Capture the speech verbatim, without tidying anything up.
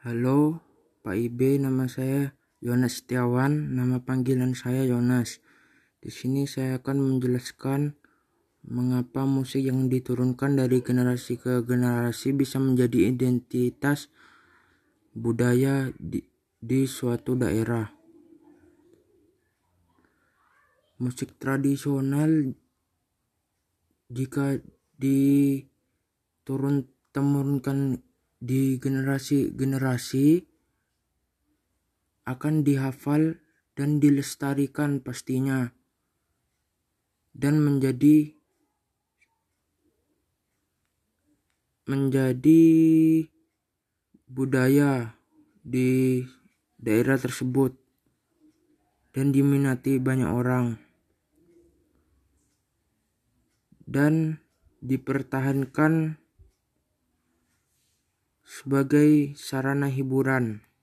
Halo, Pak I B, nama saya Yonas Setiawan, nama panggilan saya Yonas. Di sini saya akan menjelaskan mengapa musik yang diturunkan dari generasi ke generasi bisa menjadi identitas budaya di, di suatu daerah. Musik tradisional jika diturun-temurunkan di generasi-generasi akan dihafal dan dilestarikan pastinya, dan menjadi menjadi budaya di daerah tersebut dan diminati banyak orang dan dipertahankan sebagai sarana hiburan.